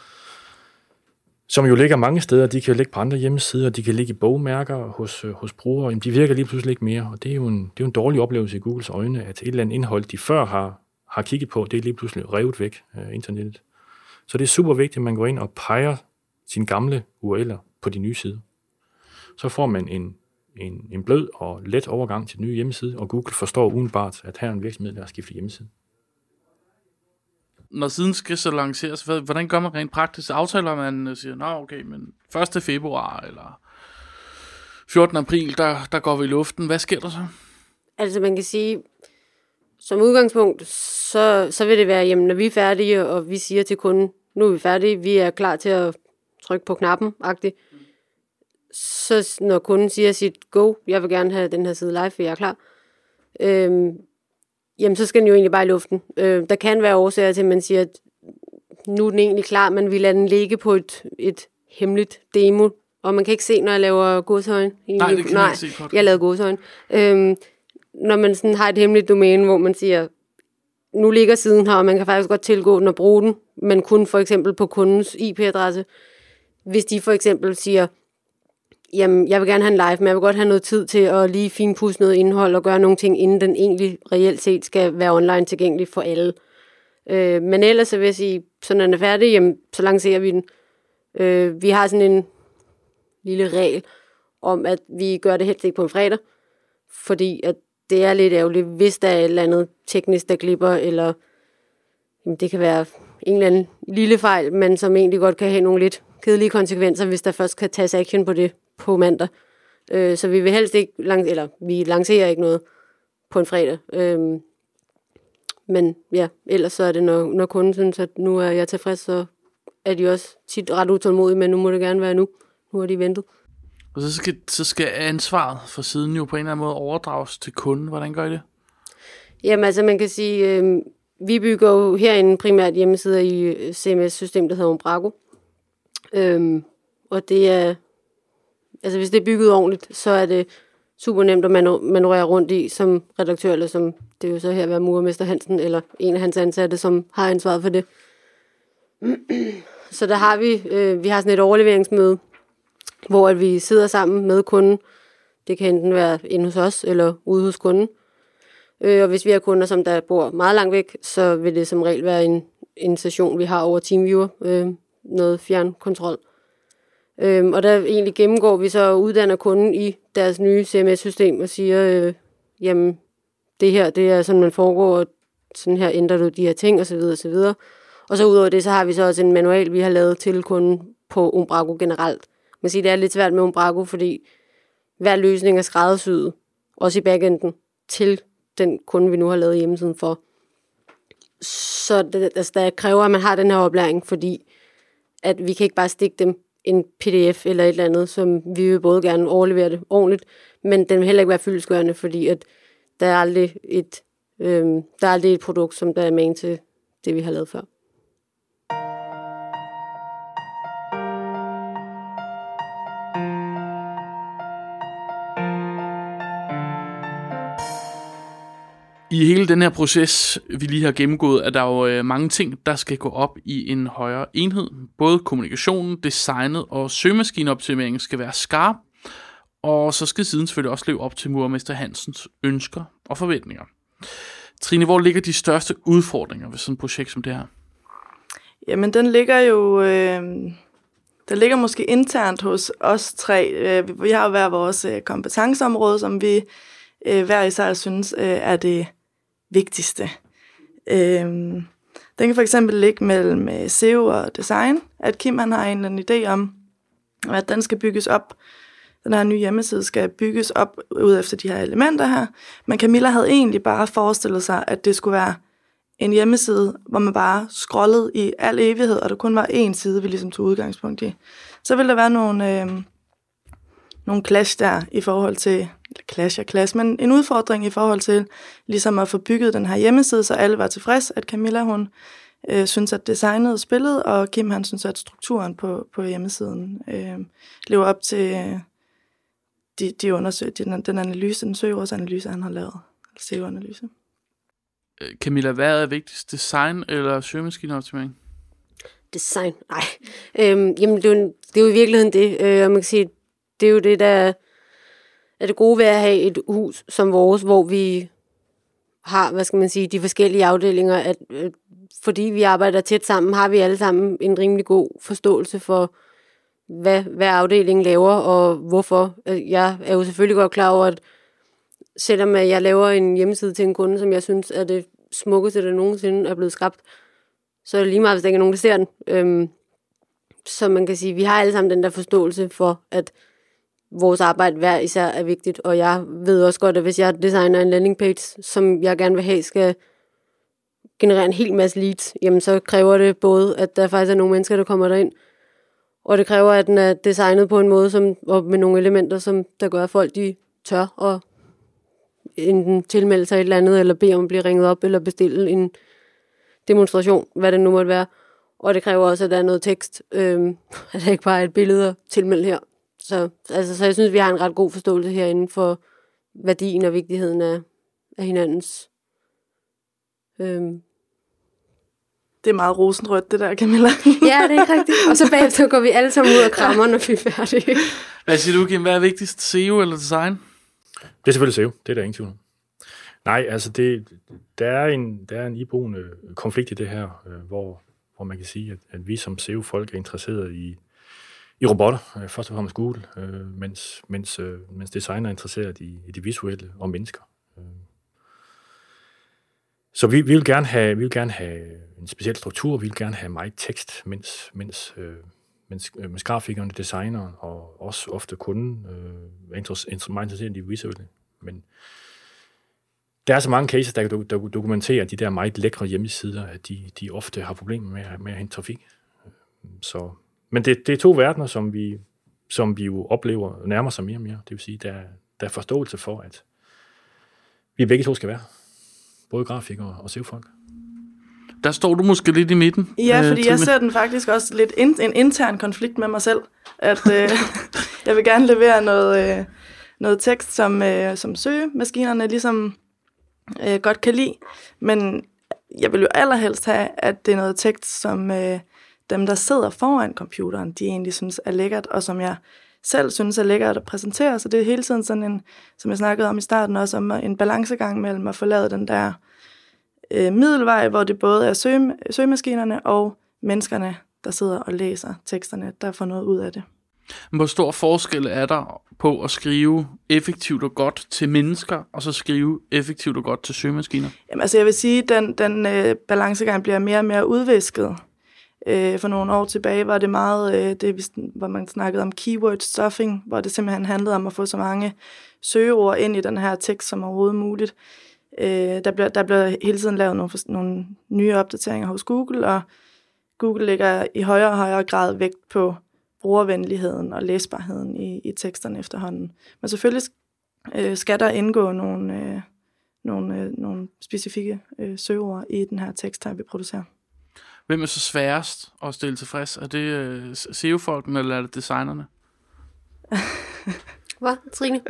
som jo ligger mange steder, de kan ligge på andre hjemmesider, de kan ligge i bogmærker hos, hos brugere, de virker lige pludselig ikke mere, og det er jo en, det er jo en dårlig oplevelse i Googles øjne, at et eller andet indhold, de før har, har kigget på, det er lige pludselig revet væk af internettet. Så det er super vigtigt, at man går ind og peger sine gamle U R L'er på de nye sider. Så får man en, en, en blød og let overgang til den nye hjemmeside, og Google forstår udenbart, at her er en virksomhed, der har skiftet hjemmeside. Når siden skal så lanceres, hvordan gør man rent praktisk? Aftaler man og siger, nå okay, men første februar eller fjortende april, der, der går vi i luften. Hvad sker der så? Altså man kan sige, som udgangspunkt, så, så vil det være, jamen når vi er færdige, og vi siger til kunden, nu er vi færdige, vi er klar til at trykke på knappen, agtigt. Så når kunden siger sit go, jeg vil gerne have den her side live, for jeg er klar, øhm, jamen så skal den jo egentlig bare i luften. Øh, der kan være årsager til, at man siger, at nu er den egentlig klar, men vi lader den ligge på et, et hemmeligt demo, og man kan ikke se, når jeg laver godshøjen. Nej, det kan Nej, jeg ikke se. Godt. Jeg lavede godshøjen. Øhm, når man sådan har et hemmeligt domæne, hvor man siger, nu ligger siden her, og man kan faktisk godt tilgå den og bruge den, men kun for eksempel på kundens I P-adresse. Hvis de for eksempel siger, jamen, jeg vil gerne have en live, men jeg vil godt have noget tid til at lige finpudse noget indhold og gøre nogle ting, inden den egentlig reelt set skal være online tilgængelig for alle. Øh, men ellers så vil jeg sige, så når den er færdig, jamen, så lancerer vi den. Øh, vi har sådan en lille regel om, at vi gør det helst ikke på en fredag, fordi at det er lidt ærgerligt, hvis der er et eller andet teknisk, der glipper, eller jamen, det kan være en eller anden lille fejl, men som egentlig godt kan have nogle lidt kedelige konsekvenser, hvis der først kan tages action på det på mandag. Øh, så vi vil helst ikke, lang- eller vi lancerer ikke noget på en fredag. Øh, Men ja, ellers så er det, når, når kunden synes, at nu er jeg tilfreds, så er de også tit ret utålmodige, men nu må det gerne være nu. Nu har de ventet. Og så skal, så skal ansvaret for siden jo på en eller anden måde overdrages til kunden. Hvordan gør I det? Jamen altså, man kan sige, øh, vi bygger jo herinde primært hjemmesider i C M S-system, der hedder Umbraco. Øhm, og det er, altså hvis det er bygget ordentligt, så er det super nemt at manu- manøvrere rundt i som redaktør, eller som, det er jo så her være murermester Hansen, eller en af hans ansatte, som har ansvaret for det. Så der har vi, øh, vi har sådan et overleveringsmøde, hvor at vi sidder sammen med kunden. Det kan enten være inde hos os, eller ude hos kunden. Øh, og hvis vi har kunder, som der bor meget langt væk, så vil det som regel være en, en session, vi har over TeamViewer, øh, noget fjernkontrol. Øh, og der egentlig gennemgår vi så og uddanner kunden i deres nye C M S-system og siger, øh, jamen, det her, det er sådan, man foregår, og sådan her ændrer du de her ting, osv. osv. Og så udover det, så har vi så også en manual, vi har lavet til kunden på Umbraco generelt. Man siger, det er lidt svært med Umbraco, fordi hver løsning er skræddersyet, også i backenden, til den kunde, vi nu har lavet hjemmesiden for. Så det, altså, der kræver, at man har den her oplæring, fordi at vi kan ikke bare stikke dem en P D F eller et eller andet, som vi vil både gerne overlevere det ordentligt, men den vil heller ikke være fyldestgørende, fordi at der er aldrig et, øhm, der er aldrig et produkt, som der er med til det, vi har lavet før. I hele den her proces, vi lige har gennemgået, er der jo mange ting, der skal gå op i en højere enhed. Både kommunikationen, designet og søgemaskineoptimeringen skal være skarp, og så skal siden selvfølgelig også leve op til murermester Hansens ønsker og forventninger. Trine, hvor ligger de største udfordringer ved sådan et projekt som det her? Jamen, den ligger jo... Øh, den ligger måske internt hos os tre. Øh, vi har jo hver vores øh, kompetenceområde, som vi øh, hver især synes øh, er det vigtigste. Øhm, den kan for eksempel ligge mellem S E O og design, at Kim han har en eller anden idé om, at den skal bygges op. Den her nye hjemmeside skal bygges op ud efter de her elementer her. Men Camilla havde egentlig bare forestillet sig, at det skulle være en hjemmeside, hvor man bare scrollede i al evighed, og der kun var én side, vi ligesom tog udgangspunkt i. Så ville der være nogle, øh, nogle clash der i forhold til clash og clash, men en udfordring i forhold til ligesom at få bygget den her hjemmeside, så alle var tilfreds, at Camilla hun øh, synes, at designet spillet, og Kim han synes, at strukturen på, på hjemmesiden øh, lever op til øh, de, de undersøg, de, den analyse, den søgeordsanalyse, han har lavet, S E O-analyse. Camilla, hvad er vigtigst? Design eller søgemaskineoptimering? Design? Nej. Øhm, jamen, det er, jo, det er jo i virkeligheden det, øh, og man kan sige, det er jo det, der er det gode ved at have et hus som vores, hvor vi har, hvad skal man sige, de forskellige afdelinger, at øh, fordi vi arbejder tæt sammen, har vi alle sammen en rimelig god forståelse for, hvad hver afdeling laver, og hvorfor. Jeg er jo selvfølgelig godt klar over, at selvom jeg laver en hjemmeside til en kunde, som jeg synes er det smukkeste, der nogensinde er blevet skabt, så er det lige meget, hvis der ikke er nogen, der ser den. Øhm, så man kan sige, vi har alle sammen den der forståelse for, at vores arbejde hver især er vigtigt, og jeg ved også godt, at hvis jeg designer en landing page, som jeg gerne vil have, skal generere en hel masse leads, jamen så kræver det både, at der faktisk er nogle mennesker, der kommer derind, og det kræver, at den er designet på en måde, som, og med nogle elementer, som der gør, at folk de tør at enten tilmelde sig et eller andet, eller bede om at blive ringet op, eller bestille en demonstration, hvad det nu måtte være. Og det kræver også, at der er noget tekst, øhm, at der ikke bare er et billede tilmeldt her. Så, altså, så jeg synes, vi har en ret god forståelse herinde for værdien og vigtigheden af, af hinandens. Øhm. Det er meget rosenrødt, det der, Camilla. Ja, det er rigtigt. Og så bagefter går vi alle sammen ud og krammer, når vi er færdige. Hvad siger du, Kim? Hvad er vigtigst? S E O eller design? Det er selvfølgelig S E O. Det er der ingen tvivl om. Nej, altså det, der, er en, der er en iboende konflikt i det her, øh, hvor, hvor man kan sige, at, at vi som S E O-folk er interesseret i, i robotter, øh, først og fremmest Google, øh, mens, mens, øh, mens designer er interesseret i, i det visuelle og mennesker. Øh. Så vi, vi, vil gerne have, vi vil gerne have en speciel struktur, vi vil gerne have meget tekst, mens, mens, øh, mens, øh, mens grafikerne, designeren og også ofte kunden øh, er interess- meget interesseret i det visuelle. Men der er så mange cases, der kan dokumentere, at de der meget lækre hjemmesider, at de, de ofte har problemer med, med at hente trafik. Så, men det, det er to verdener, som vi, som vi jo oplever nærmer sig mere og mere. Det vil sige, der, der er forståelse for, at vi begge to skal være. Både grafikere og S E O-folk. Der står du måske lidt i midten. Ja, fordi øh, jeg ser den faktisk også lidt in, en intern konflikt med mig selv. At øh, jeg vil gerne levere noget, øh, noget tekst, som, øh, som søgemaskinerne ligesom øh, godt kan lide. Men jeg vil jo allerhelst have, at det er noget tekst, som øh, dem, der sidder foran computeren, de egentlig synes er lækkert, og som jeg selv synes er lækkert at præsentere. Så det er hele tiden sådan en, som jeg snakkede om i starten også, om en balancegang mellem at få lavet den der øh, middelvej, hvor det både er søge, søgemaskinerne og menneskerne, der sidder og læser teksterne, der får noget ud af det. Hvor stor forskel er der på at skrive effektivt og godt til mennesker, og så skrive effektivt og godt til søgemaskiner? Jamen, altså jeg vil sige, at den, den øh, balancegang bliver mere og mere udvisket. Øh, for nogle år tilbage var det meget, øh, det, hvor man snakkede om keyword stuffing, hvor det simpelthen handlede om at få så mange søgeord ind i den her tekst som overhovedet muligt. Øh, der, bliver, der bliver hele tiden lavet nogle, nogle nye opdateringer hos Google, og Google lægger i højere og højere grad vægt på brugervenligheden og læsbarheden i, i teksterne efterhånden. Men selvfølgelig øh, skal der indgå nogle, øh, nogle, øh, nogle specifikke øh, søgeord i den her tekst, her vi producerer. Hvem er så sværest at stille tilfreds? Er det øh, S E O-folkene, eller er det designerne? Hvad, Trine?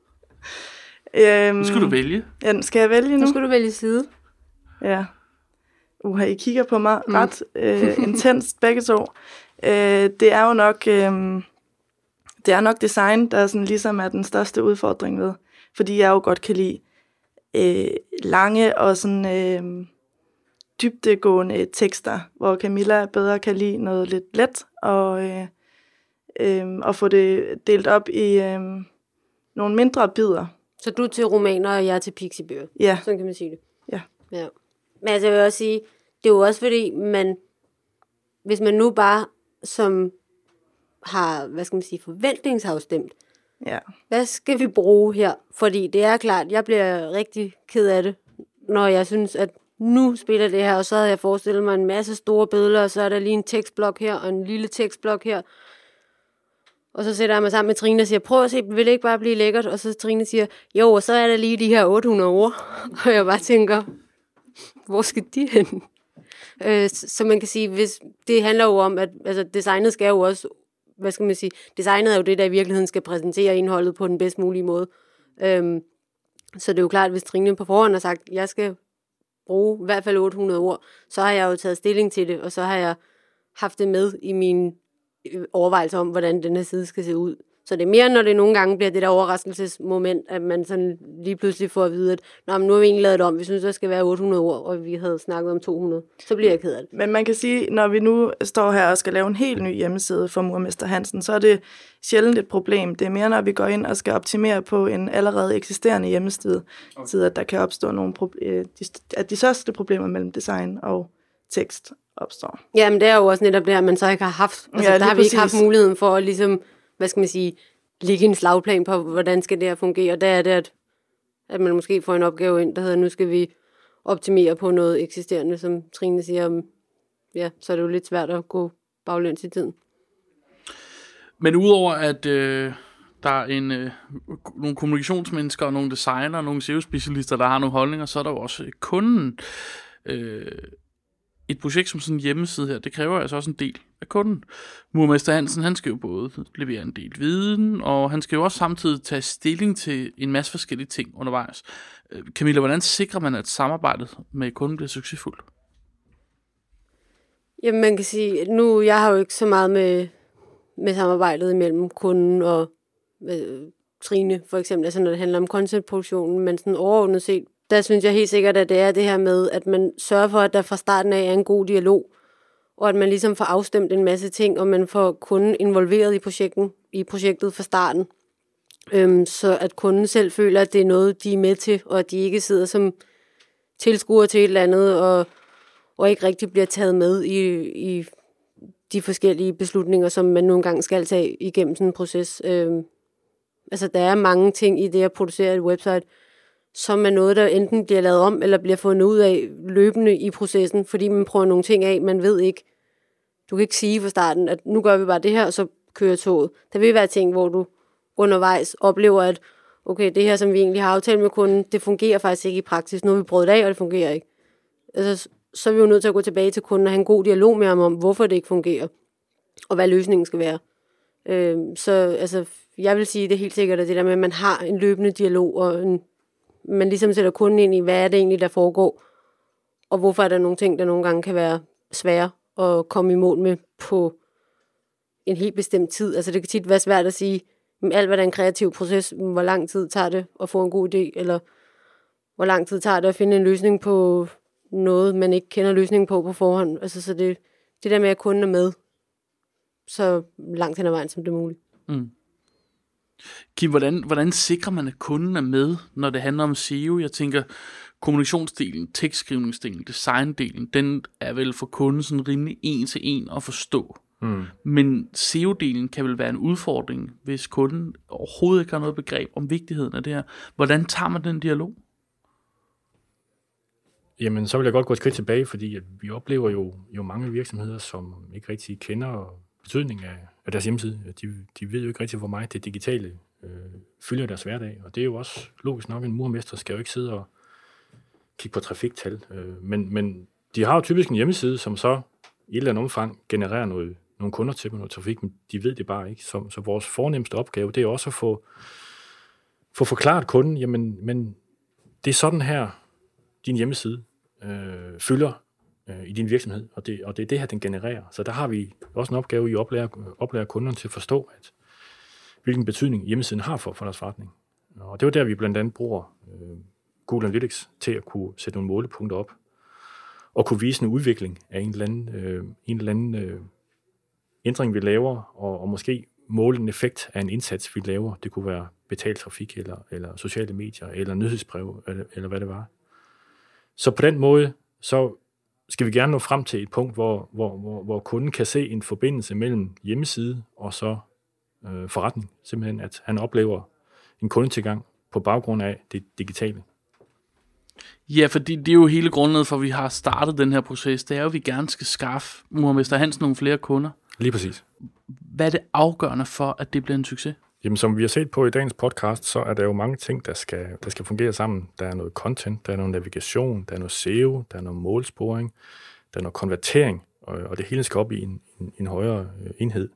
Øhm, nu skal du vælge. Ja, skal jeg vælge nu? Nu skal du vælge side. Ja. Uha, I kigger på mig mm. ret øh, intenst begge to. Øh, det er jo nok øh, det er nok design, der sådan ligesom er den største udfordring ved. Fordi jeg jo godt kan lide øh, lange og sådan øh, dybdegående tekster, hvor Camilla bedre kan lide noget lidt let og, øh, øh, og få det delt op i øh, nogle mindre bidder. Så du er til romaner, og jeg er til pixiebøger. Ja. Sådan kan man sige det. Ja. Ja. Men altså, jeg vil også sige, det er jo også fordi, man, hvis man nu bare som har, hvad skal man sige, forventningsafstemt, Ja. hvad skal vi bruge her? Fordi det er klart, jeg bliver rigtig ked af det, når jeg synes, at nu spiller det her, og så havde jeg forestillet mig en masse store billeder, og så er der lige en tekstblok her, og en lille tekstblok her. Og så sætter jeg mig sammen med Trine og siger, prøv at se, vil det ikke bare blive lækkert? Og så Trine siger, jo, og så er der lige de her otte hundrede ord. Og jeg bare tænker, hvor skal de hen? Øh, så man kan sige, hvis det handler jo om, at altså, designet skal jo også, hvad skal man sige, designet er jo det, der i virkeligheden skal præsentere indholdet på den bedst mulige måde. Øhm, så det er jo klart, at hvis Trine på forhånd har sagt, jeg skal bruge i hvert fald otte hundrede ord, så har jeg jo taget stilling til det, og så har jeg haft det med i min overvejelse om, hvordan den her side skal se ud. Så det er mere, når det nogle gange bliver det der overraskelsesmoment, at man sådan lige pludselig får at vide, at Nå, men nu har vi egentlig lavet det om, vi synes, der skal være otte hundrede ord, og vi havde snakket om to hundrede. Så bliver jeg ked af det. Men man kan sige, når vi nu står her og skal lave en helt ny hjemmeside for Murmester Hansen, så er det sjældent et problem. Det er mere, når vi går ind og skal optimere på en allerede eksisterende hjemmeside, okay. At der kan opstå nogle proble- at de største problemer mellem design og tekst opstår. Ja, men det er jo også netop det, at man så ikke har haft, altså, ja, der har vi præcis. ikke haft muligheden for at ligesom, hvad skal man sige, lægge en slagplan på, hvordan skal det her fungere. Og der er det, at, at man måske får en opgave ind, der hedder, nu skal vi optimere på noget eksisterende, som Trine siger, ja, så er det jo lidt svært at gå baglæns i tiden. Men udover at øh, der er en, øh, nogle kommunikationsmennesker og nogle designer og nogle S E O-specialister, der har nogle holdninger, så er der jo også kunden. Øh, et projekt som sådan en hjemmeside her, det kræver altså også en del af kunden. Murmester Hansen, han skal jo både levere en del viden, og han skal jo også samtidig tage stilling til en masse forskellige ting undervejs. Camilla, hvordan sikrer man, at samarbejdet med kunden bliver succesfuldt? Jamen, man kan sige, nu, jeg har jo ikke så meget med, med samarbejdet mellem kunden og øh, Trine, for eksempel, altså når det handler om contentproduktionen, men sådan overordnet set, der synes jeg helt sikkert, at det er det her med, at man sørger for, at der fra starten af er en god dialog, og at man ligesom får afstemt en masse ting, og man får kunden involveret i projektet, i projektet fra starten. Øhm, så at kunden selv føler, at det er noget, de er med til, og at de ikke sidder som tilskuer til et eller andet, og, og ikke rigtig bliver taget med i, i de forskellige beslutninger, som man nogle gange skal tage igennem sådan en proces. Øhm, altså, der er mange ting i det at producere et website, som er noget, der enten bliver lavet om, eller bliver fundet ud af løbende i processen, fordi man prøver nogle ting af, man ved ikke. Du kan ikke sige fra starten, at nu gør vi bare det her, og så kører toget. Der vil være ting, hvor du undervejs oplever, at okay, det her, som vi egentlig har aftalt med kunden, det fungerer faktisk ikke i praksis. Nu har vi prøvet det af, og det fungerer ikke. Altså, så er vi jo nødt til at gå tilbage til kunden og have en god dialog med ham om, hvorfor det ikke fungerer, og hvad løsningen skal være. Øh, så altså, jeg vil sige, det er helt sikkert, at det der med, at man har en løbende dialog, og en, man ligesom sætter kunden ind i, hvad er det egentlig, der foregår, og hvorfor er der nogle ting, der nogle gange kan være svære at komme i mål med på en helt bestemt tid. Altså det kan tit være svært at sige, alt hvad der er en kreativ proces, hvor lang tid tager det at få en god idé, eller hvor lang tid tager det at finde en løsning på noget, man ikke kender løsningen på på forhånd. Altså så det, det der med, at kunden er med, så langt hen ad vejen, som det er muligt. Mm. Kim, hvordan, hvordan sikrer man, at kunden er med, når det handler om S E O? Jeg tænker, kommunikationsdelen, tekstskrivningsdelen, designdelen, den er vel for kunden sådan rimelig en til en at forstå. Mm. Men S E O-delen kan vel være en udfordring, hvis kunden overhovedet ikke har noget begreb om vigtigheden af det her. Hvordan tager man den dialog? Jamen, så vil jeg godt gå et skridt tilbage, fordi at vi oplever jo, jo mange virksomheder, som ikke rigtig kender betydningen af, af deres hjemmeside. De, de ved jo ikke rigtig, hvor meget det digitale øh, fylder deres hverdag, og det er jo også logisk nok, en murmester skal jo ikke sidde og kigge på trafiktal, øh, men, men de har jo typisk en hjemmeside, som så i et eller andet omfang genererer noget, nogle kunder til med noget trafik, men de ved det bare ikke. Så, så vores fornemmeste opgave, det er også at få, få forklaret kunden, jamen, men det er sådan her, din hjemmeside øh, fylder øh, i din virksomhed, og det, og det er det her, den genererer. Så der har vi også en opgave i at oplære, oplære kunderne til at forstå, at, hvilken betydning hjemmesiden har for, for deres forretning. Og det er der, vi blandt andet bruger øh, Google Analytics til at kunne sætte nogle målepunkter op, og kunne vise en udvikling af en eller anden, øh, en eller anden øh, ændring, vi laver, og, og måske måle en effekt af en indsats, vi laver. Det kunne være betalt trafik, eller, eller sociale medier, eller nyhedsbrev, eller, eller hvad det var. Så på den måde, så skal vi gerne nå frem til et punkt, hvor, hvor, hvor, hvor kunden kan se en forbindelse mellem hjemmeside og så øh, forretning. Simpelthen, at han oplever en kundetilgang på baggrund af det digitale. Ja, fordi det er jo hele grundlaget for, at vi har startet den her proces. Det er jo, at vi gerne skal skaffe murmester Hansen nogle flere kunder. Lige præcis. Hvad er det afgørende for, at det bliver en succes? Jamen, som vi har set på i dagens podcast, så er der jo mange ting, der skal, der skal fungere sammen. Der er noget content, der er noget navigation, der er noget S E O, der er noget målsporing, der er noget konvertering, og, og det hele skal op i en, en, en højere enhed.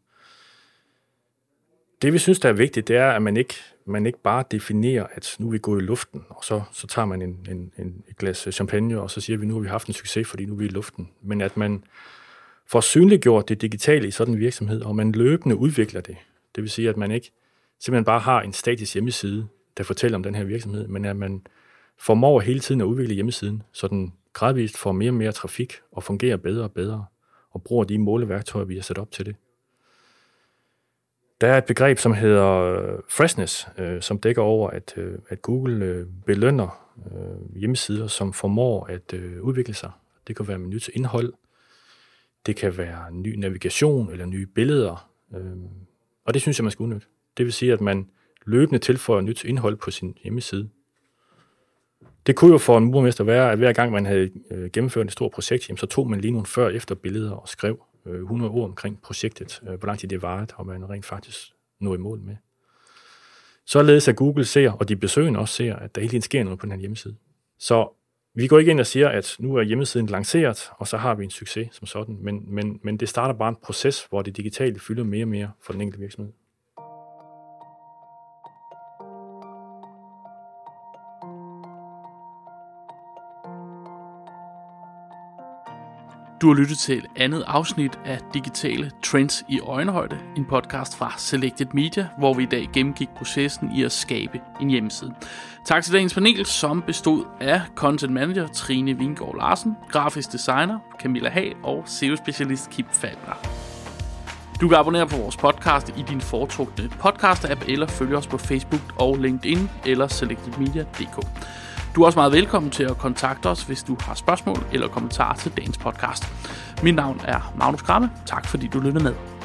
Det, vi synes, der er vigtigt, det er, at man ikke, man ikke bare definerer, at nu er vi gået i luften, og så, så tager man en, en, en, et glas champagne, og så siger vi, nu har vi haft en succes, fordi nu er vi i luften. Men at man får synliggjort det digitale i sådan en virksomhed, og man løbende udvikler det. Det vil sige, at man ikke simpelthen bare har en statisk hjemmeside, der fortæller om den her virksomhed, men at man formår hele tiden at udvikle hjemmesiden, så den gradvist får mere og mere trafik, og fungerer bedre og bedre, og bruger de måleværktøjer, vi har sat op til det. Der er et begreb, som hedder freshness, øh, som dækker over, at, øh, at Google øh, belønner øh, hjemmesider, som formår at øh, udvikle sig. Det kan være med nyt indhold, det kan være ny navigation eller nye billeder, øh, og det synes jeg, man skal udnytte. Det vil sige, at man løbende tilføjer nyt indhold på sin hjemmeside. Det kunne jo for en murmester være, at hver gang man havde øh, gennemført et stort projekt, jamen, så tog man lige nogle før- og efter billeder og skrev hundrede ord omkring projektet, hvor lang tid det varede, og man rent faktisk nåede i mål med. Således at Google ser, og de besøgende også ser, at der hele tiden sker noget på den her hjemmeside. Så vi går ikke ind og siger, at nu er hjemmesiden lanceret, og så har vi en succes som sådan, men, men, men det starter bare en proces, hvor det digitale fylder mere og mere for den enkelte virksomhed. Du har lyttet til et andet afsnit af Digitale Trends i øjenhøjde, en podcast fra Selected Media, hvor vi i dag gennemgik processen i at skabe en hjemmeside. Tak til dagens panel, som bestod af Content Manager Trine Vingård Larsen, grafisk designer Camilla Hag og S E O-specialist Kim Falkner. Du kan abonnere på vores podcast i din foretrukne podcast-app, eller følge os på Facebook og LinkedIn eller selected media punktum d k. Du er også meget velkommen til at kontakte os, hvis du har spørgsmål eller kommentarer til dagens podcast. Mit navn er Magnus Kramme. Tak fordi du lyttede med.